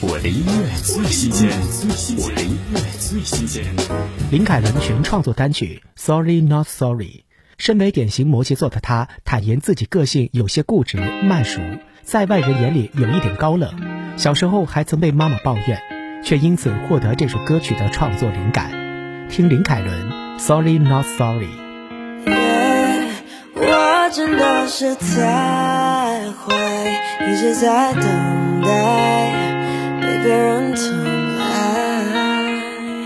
我的音乐最新鲜，我的音乐最新鲜。 林凯伦全创作单曲 Sorry Not Sorry。 身为典型摩羯座的他，坦言自己个性有些固执慢熟，在外人眼里有一点高冷，小时候还曾被妈妈抱怨，却因此获得这首歌曲的创作灵感。听林凯伦 Sorry Not Sorry。 我真的是太坏，一直在等待被别人疼爱，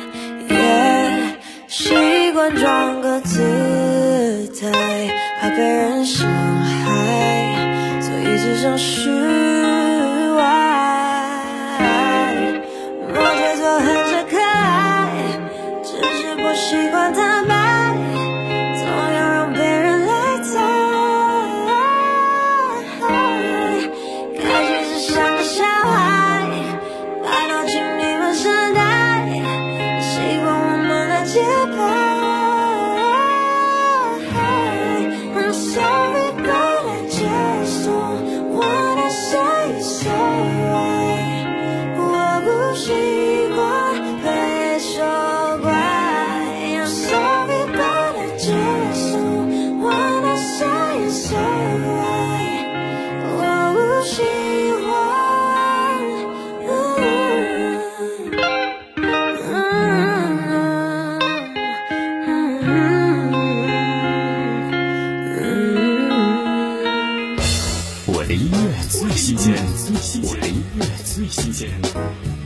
习惯装个姿态，怕被人伤害，所以只想释怀。摩羯座很正开，只是不习惯坦白，总要让别人来猜。开始只像个小孩，拜托请你们善待，习惯我们的节拍。I'm sorry but I just don't wanna say sorry， 我不习惯被责怪。I'm sorry but I just don't wanna say sorry， 我不喜欢。 我的音乐最新鲜，我的音乐最新鲜。